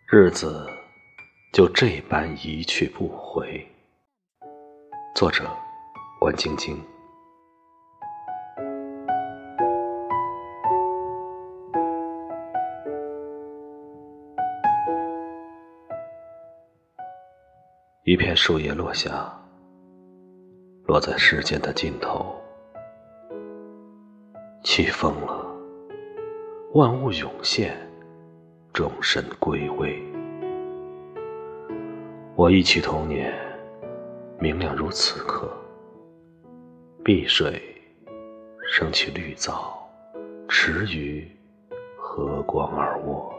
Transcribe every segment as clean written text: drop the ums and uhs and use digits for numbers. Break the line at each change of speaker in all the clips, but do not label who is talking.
日子就这般一去不回。作者关晶晶。一片树叶落下，落在时间的尽头。起风了，万物涌现，众神归位。我忆起童年，明亮如此刻。碧水升起绿藻，池鱼和光而卧。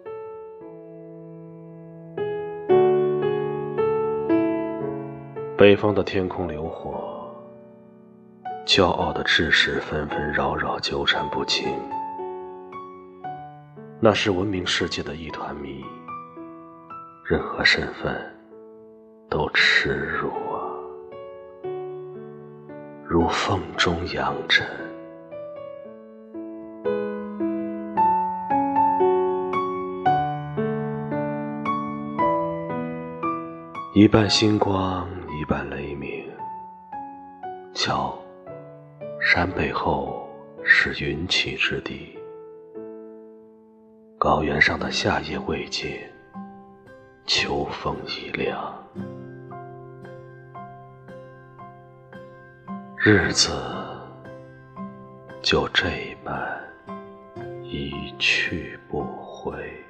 北方的天空流火，骄傲的志士纷纷扰扰，纠缠不清。那是文明世界的一团谜，任何身份都耻辱啊，如风中扬尘。一半星光，一半雷鸣。瞧，山背后是云起之地，高原上的夏夜未尽，秋风已凉。日子就这般一去不回。